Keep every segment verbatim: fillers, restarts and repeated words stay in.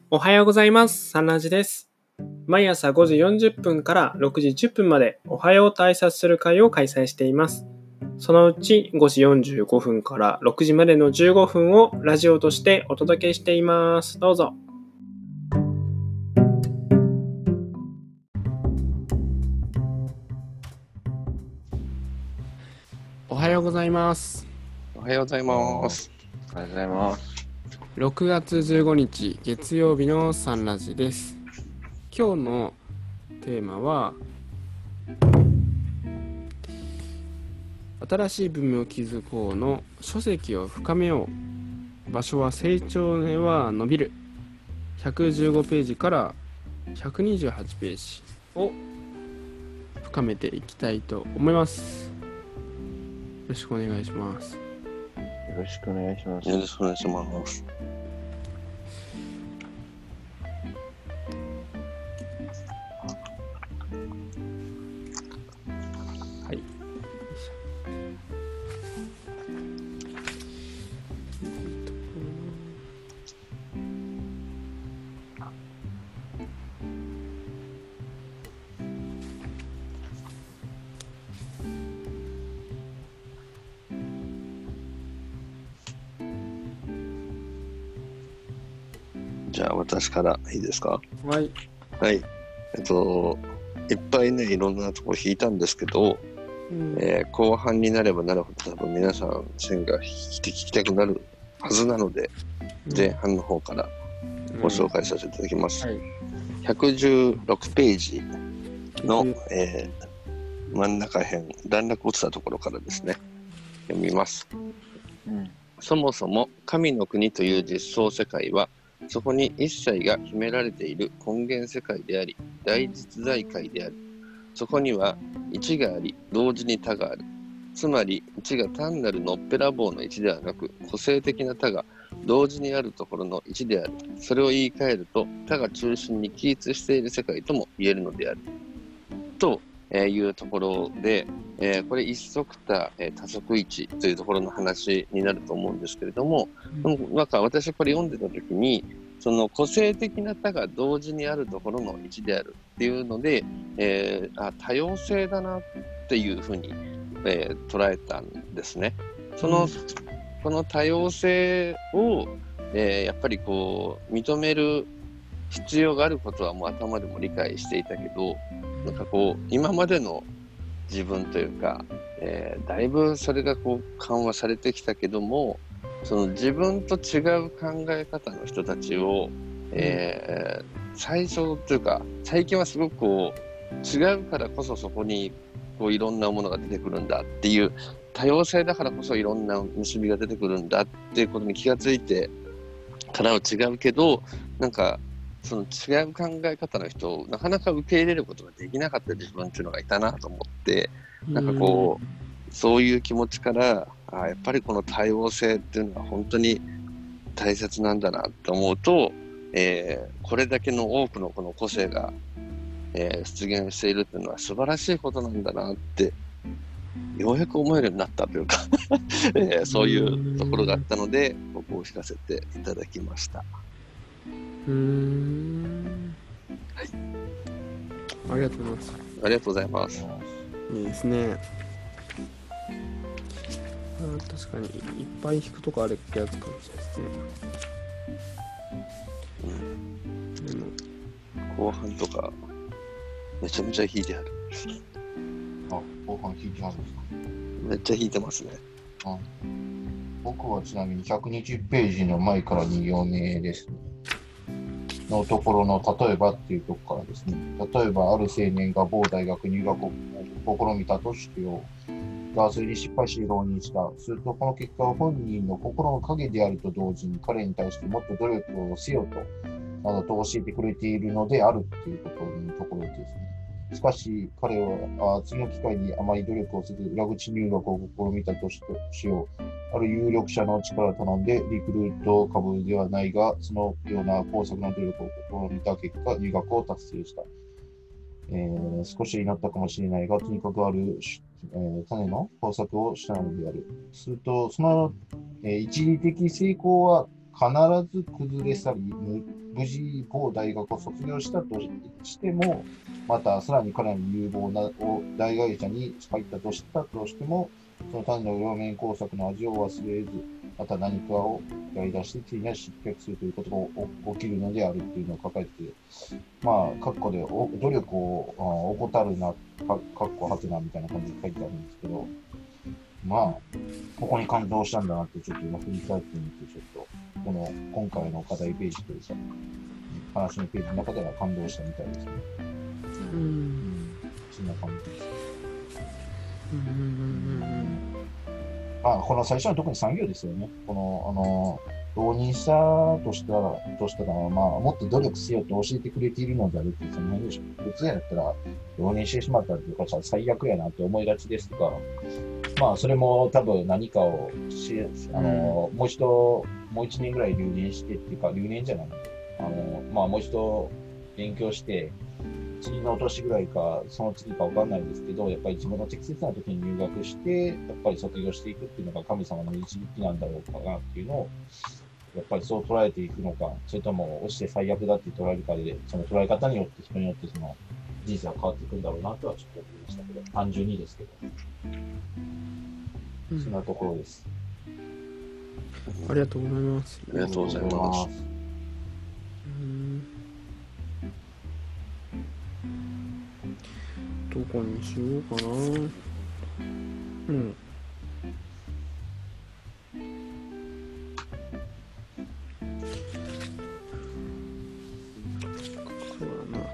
おはようございます。サンラジです。毎朝ごじよんじゅっぷんからろくじじゅっぷんまでおはようと挨拶する会を開催しています。そのうちごじよんじゅうごふんからろくじまでのじゅうごふんをラジオとしてお届けしています。どうぞ。おはようございます。 おはようございます。 おはようございます。 ろくがつじゅうごにち月曜日のサンラジです。今日のテーマは新しい文明を築こうの書籍を深めよう。場所は成長へは伸びる。ひゃくじゅうごページからひゃくにじゅうはちページを深めていきたいと思います。よろしくお願いします。 よろしくお願いします。 よろしくお願いします。 はい。 じゃあ私からいいですか？ はい。 はい。えっと、いっぱいね、いろんなところ引いたんですけど、 うんえー後半になればなるほど多分皆さん線が引き聞きたくなるはずなので、前半の方からご紹介させていただきます。 はい。 ひゃくじゅうろくページの、えー真ん中辺、段落落ちたところからですね、読みます。 うん、 そもそも神の国という実相世界は、そこに一切が秘められている根源世界であり、大実在界である。そこには一があり、同時に他がある。つまり一が単なるのっぺらぼうの一ではなく、個性的な他が同時にあるところの一である。それを言い換えると、他が中心に起立している世界とも言えるのである。というところで、えー、これ一足多、えー、多足一というところの話になると思うんですけれども、うん、なんか私これ読んでた時に、その個性的な他が同時にあるところの一であるっていうので、えー、あ多様性だなっていうふうに、えー、捉えたんですね。その、うん、この多様性を、えー、やっぱりこう認める必要があることはもう頭でも理解していたけど、なんかこう今までの自分というか、えー、だいぶそれがこう緩和されてきたけども、その自分と違う考え方の人たちを、えー、最初というか最近はすごくこう違うからこそそこにこういろんなものが出てくるんだっていう、多様性だからこそいろんな結びが出てくるんだっていうことに気がついてからは違うけど、なんかその違う考え方の人をなかなか受け入れることができなかった自分っていうのがいたなと思って、なんかこうそういう気持ちからあやっぱりこの多様性っていうのは本当に大切なんだなと思うと、えー、これだけの多くのこの個性が、えー、出現しているっていうのは素晴らしいことなんだなってようやく思えるようになったというか、えー、そういうところがあったのでここを聞かせていただきました。 うーん、はい、ありがとうございます。 ありがとうございます。 いいですね。あ、確かにいっぱい引くとこあるってやつかもしれないですね。 うん、でも後半とかめちゃめちゃ引いてある。 あ、後半引いてあるんですか？ めっちゃ引いてますね。 うん、僕はちなみにひゃくにじゅうページの前からに行目ですね。のところの例えばっていうところからですね。例えばある青年が某大学入学を試みたとしようが、それに失敗し浪人した。するとこの結果は本人の心の影であると同時に彼に対してもっと努力をせよと、などと教えてくれているのであるっていうことのところですね。しかし彼は次の機会にあまり努力をせず裏口入学を試みたとしよう。ある有力者の力を頼んでリクルート株ではないが、そのような工作の努力を試みた結果、入学を達成した。えー、少しになったかもしれないが、とにかくある、えー、種の工作をしたのである。すると、その、えー、一時的成功はず崩れ去り、無無事某大学を卒業したとしても、またさらに彼の有望なお大会社に入ったとしたとしても、その単なる両面工作の味を忘れず、また何かをやり出してついには失脚するということが起きるのであるというのを書かれて、まあ、括弧でお努力をあ怠るな、か括弧はてなみたいな感じで書いてあるんですけど、まあ、ここに感動したんだなって、ちょっと今振り返ってみて、ちょっと、この今回の課題ページというか、話のページの中では感動したみたいですね。 うん。 そんな感じです。 うんうんまあ、この最初の特に産業ですよね。この、あの、浪人者としたら、としたら、まあ、もっと努力せよと教えてくれているのであるっていう、その辺でしょ。普通やったら、浪人してしまったっていうか、最悪やなって思いがちですが、まあ、それも多分何かをし、あの、うん、もう一度、もう一年ぐらい留年してっていうか、留年じゃないあの、まあ、もう一度勉強して、次の年ぐらいか、その次かわかんないんですけど、やっぱり自分の適切な時に入学して、やっぱり卒業していくっていうのが神様の導きなんだろうかなっていうのを、やっぱりそう捉えていくのか、それとも落ちて最悪だって捉えるかで、その捉え方によって人によってその人生は変わっていくんだろうなとはちょっと思いましたけど、単純にですけど。うん、そんなところです。 ありがとうございます。 ありがとうございます。 うんどこにしようかな。うん。そうだな。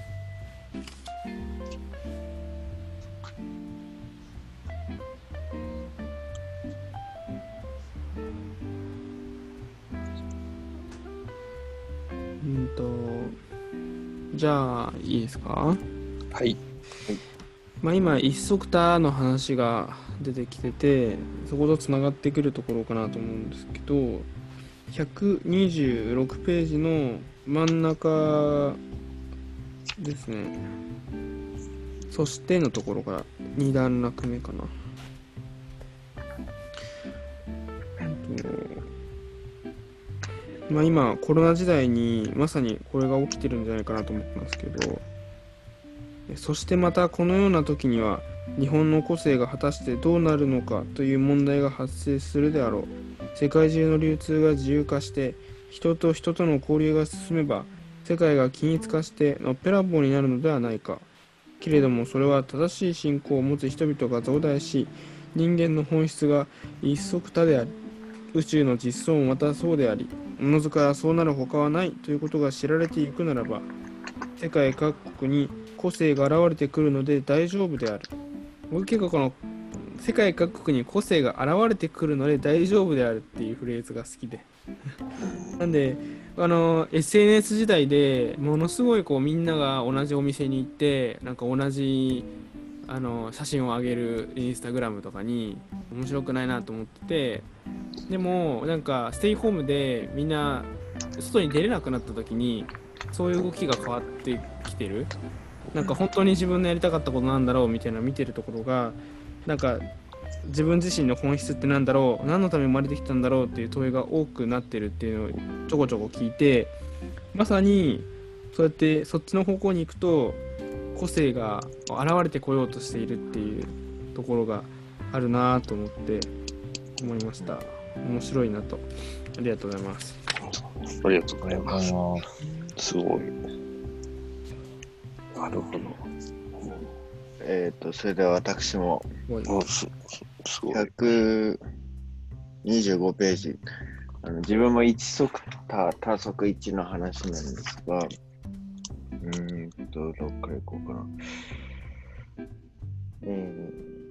うんと、じゃあ、いいですか？ はい。 まあ、今一足多の話が出てきてて、そことつながってくるところかなと思うんですけど、ひゃくにじゅうろくページの真ん中ですね。そしてのところからに段落目かな。まあ、今コロナ時代にまさにこれが起きてるんじゃないかなと思ってますけど、そしてまたこのような時には日本の個性が果たしてどうなるのかという問題が発生するであろう。世界中の流通が自由化して人と人との交流が進めば世界が均一化してのっぺらぼうになるのではないか。けれどもそれは正しい信仰を持つ人々が増大し、人間の本質が一足多であり、宇宙の実相もまたそうであり、おのずからそうなるほかはないということが知られていくならば、世界各国に個性が現れてくるので大丈夫である。僕結構この世界各国に個性が現れてくるので大丈夫であるっていうフレーズが好きでなんであの エスエヌエス 時代でものすごいこうみんなが同じお店に行ってなんか同じあの写真を上げるインスタグラムとかに面白くないなと思ってて、でもなんかステイホームでみんな外に出れなくなった時にそういう動きが変わってきてる、なんか本当に自分のやりたかったことなんだろうみたいなのを見てるところが、なんか自分自身の本質ってなんだろう、何のために生まれてきたんだろうっていう問いが多くなってるっていうのをちょこちょこ聞いて、まさにそうやってそっちの方向に行くと個性が現れてこようとしているっていうところがあるなと思って思いました。面白いなと。ありがとうございます。 ありがとうございます。すごい。なるほど。 えっと、それでは私もひゃくにじゅうごページ。あの自分も一足多、多足一の話なんですが、うーんと、どっから行こうかな。え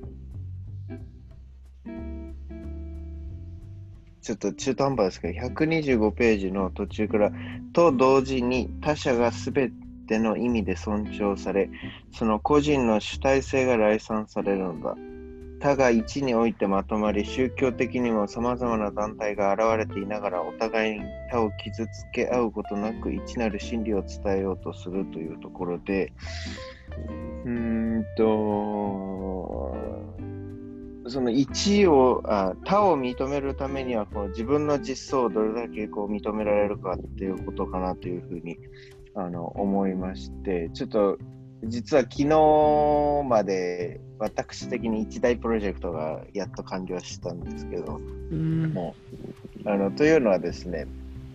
ー、ちょっと中途半端ですけど、ひゃくにじゅうごページの途中から、と同時に他者がすべての意味で尊重され、その個人の主体性が礼賛されるのだ。他が一においてまとまり、宗教的にも様々な団体が現れていながら、お互いに他を傷つけ合うことなく、一なる真理を伝えようとするというところで、うーんと、 そのいちをあ他を認めるためにはこの自分の実相をどれだけこう認められるかっていうことかなというふうにあの思いまして、ちょっと実は昨日まで私的に一大プロジェクトがやっと完了したんですけど、 うんもうあのというのはですね、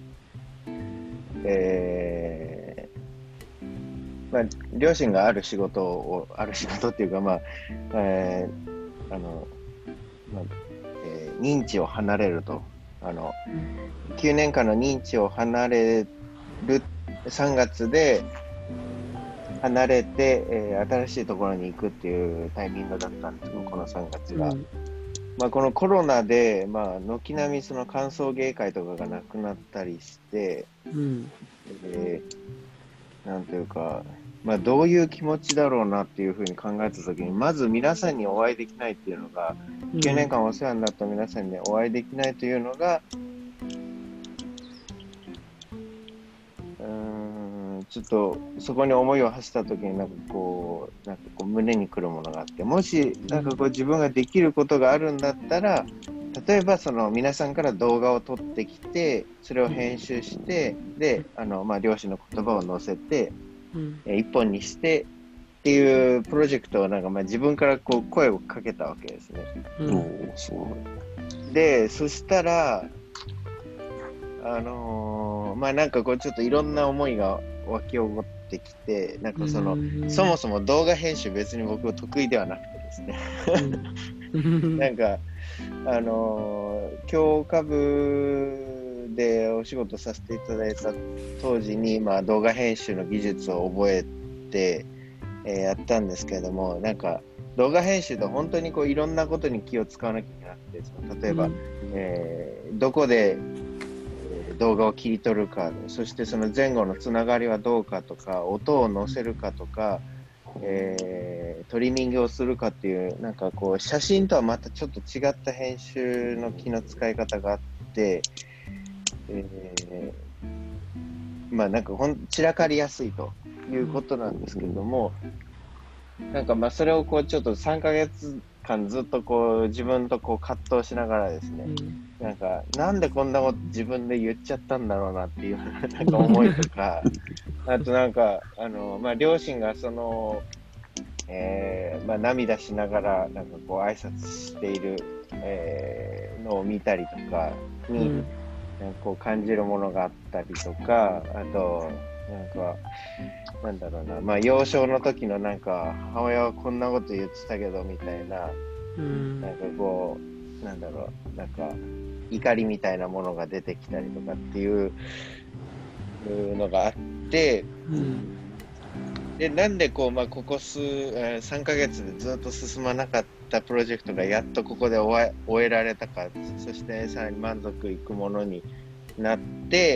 えーまあ、両親がある仕事をある仕事っていうか、まあえーあのまあえー認知を離れると、あのきゅうねんかんの認知を離れるさんがつで離れて、えー新しいところに行くっていうタイミングだったんですよ、このさんがつが。 うんまあ、このコロナで、まあ、軒並みその歓送迎会とかがなくなったりして、 うんえーなんというか、まあ、どういう気持ちだろうなっていうふうに考えたときに、まず皆さんにお会いできないっていうのが、きゅうねんかんお世話になった皆さんにお会いできないというのが、うーん、ちょっとそこに思いを馳せたときに、なんかこう、なんかこう胸にくるものがあって、もしなんかこう自分ができることがあるんだったら、例えばその皆さんから動画を撮ってきて、それを編集して、で、あの、まあ、両親の言葉を載せて、 うんえー一本にしてっていうプロジェクトをなんかまあ自分からこう声をかけたわけですね。 うんおーすごい。 で、そしたら、あのーまあなんかこうちょっといろんな思いが湧き起こってきて、なんかその、 うんそもそも動画編集別に僕得意ではなくてですね、 うんなんか、あのー教科部でお仕事させていただいた当時に、まあ、動画編集の技術を覚えて、えーやったんですけれども、なんか動画編集で本当にこういろんなことに気を使わなきゃいけなくて、その例えば、えーどこで、えー動画を切り取るか、そしてその前後のつながりはどうかとか、音を載せるかとか、えートリミングをするかっていう、なんかこう写真とはまたちょっと違った編集の気の使い方があって、えーまあなんかほん散らかりやすいということなんですけれども、なんかまあそれをこうちょっとさんかげつかんずっとこう自分とこう葛藤しながらですね、なんかなんでこんなこと自分で言っちゃったんだろうなっていうなんか思いとか、あとなんかあのまあ両親がその、えーまあ、涙しながらなんかこう挨拶している、えーのを見たりとかに、 うんなんかこう感じるものがあったりとか、あと、なんか、なんだろうな、まあ幼少の時のなんか、母親はこんなこと言ってたけどみたいな、 うんなんかこう、なんだろう、なんか、怒りみたいなものが出てきたりとかっていうのがあって、 うんで、なんでこう、まあここ数、えーさんかげつでずっと進まなかったプロジェクトがやっとここで終え終えられたか、そしてさらに満足いくものになって、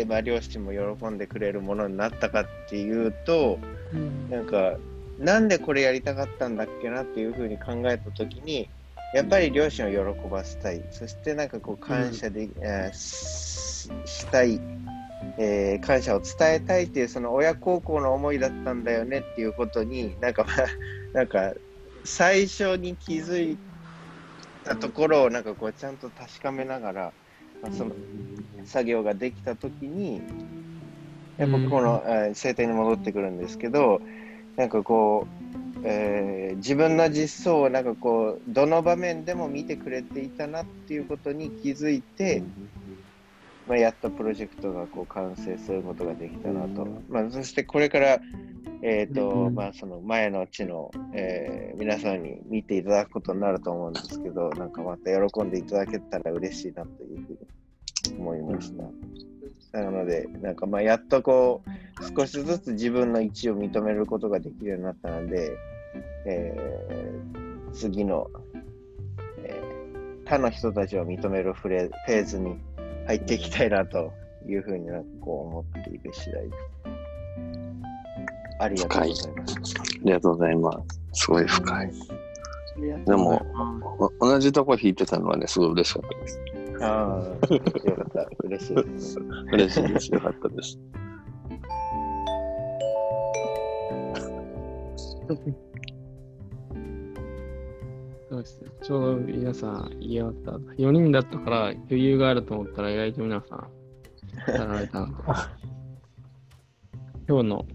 まあ両親も喜んでくれるものになったかっていうと、 うんなんか、なんでこれやりたかったんだっけなっていうふうに考えたときに、やっぱり両親を喜ばせたい。そしてなんかこう感謝で、えーししたい、えー感謝を伝えたいっていうその親孝行の思いだったんだよねっていうことに、なんかまあ、なんか最初に気づいたところをなんかこうちゃんと確かめながら、まあ、その作業ができたときに、やっぱこの、えー聖典に戻ってくるんですけど、なんかこう、えー自分の実相をなんかこうどの場面でも見てくれていたなっていうことに気づいて、まあ、やっとプロジェクトがこう完成することができたなと、まあ、そしてこれから、えーとまあ、その前の地の、えー皆さんに見ていただくことになると思うんですけど、なんかまた喜んでいただけたら嬉しいなというふうに思いました。なので、なんかまあやっとこう少しずつ自分の位置を認めることができるようになったので、えー次の、えー他の人たちを認めるフレフェーズに入っていきたいなというふうになんかこう思っている次第です。ありがとうございます。 ありがとうございます。すごい深い。でも、お同じとこ弾いてたのはね、すごい嬉しかったです。 ああ、よかった。嬉しいですね。 嬉しいです。よかったです。 そうちょうど皆さん言い終わった。よにんだったから余裕があると思ったら意外と皆さんやられたので。今日の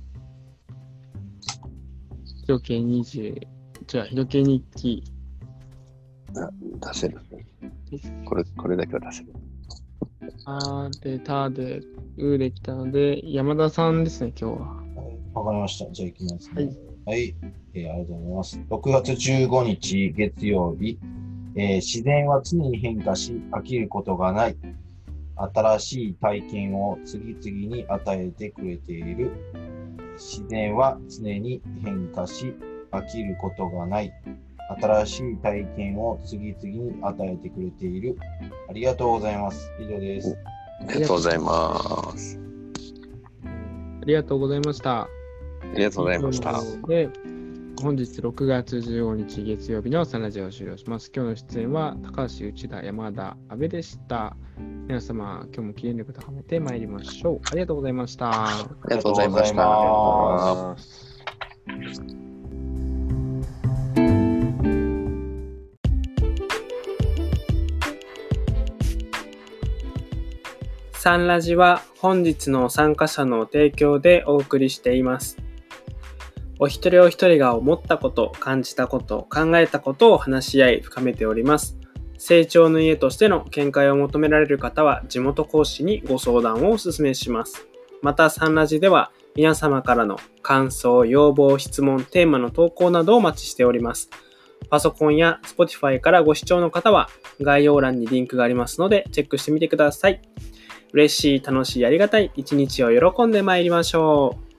ひろけにじゅう、じゃあひろけ日記。 出せる。これ、これだけは出せる。 あーで、たで、うできたので、山田さんですね、今日は。 わかりました。じゃあ行きますね。 はい。 はい、えーありがとうございます。ろくがつじゅうごにち月曜日、えー自然は常に変化し、飽きることがない。新しい体験を次々に与えてくれている。自然は常に変化し、飽きることがない。新しい体験を次々に与えてくれている。ありがとうございます。以上です。 ありがとうございます。 ありがとうございました。 ありがとうございました。 で、本日ろくがつじゅうごにち月曜日のサンラジオを終了します。今日の出演は高橋、内田、山田、阿部でした。皆様、今日も記念力高めてまいりましょう。ありがとうございました。 ありがとうございましありがとうございた。 ますサンラジは本日の参加者の提供でお送りしています。お一人お一人が思ったこと、感じたこと、考えたことを話し合い深めております。成長の家としての見解を求められる方は地元講師にご相談をお勧めします。またサンラジでは皆様からの感想、要望、質問、テーマの投稿などをお待ちしております。パソコンや Spotify からご視聴の方は概要欄にリンクがありますのでチェックしてみてください。嬉しい、楽しい、ありがたい一日を喜んでまいりましょう。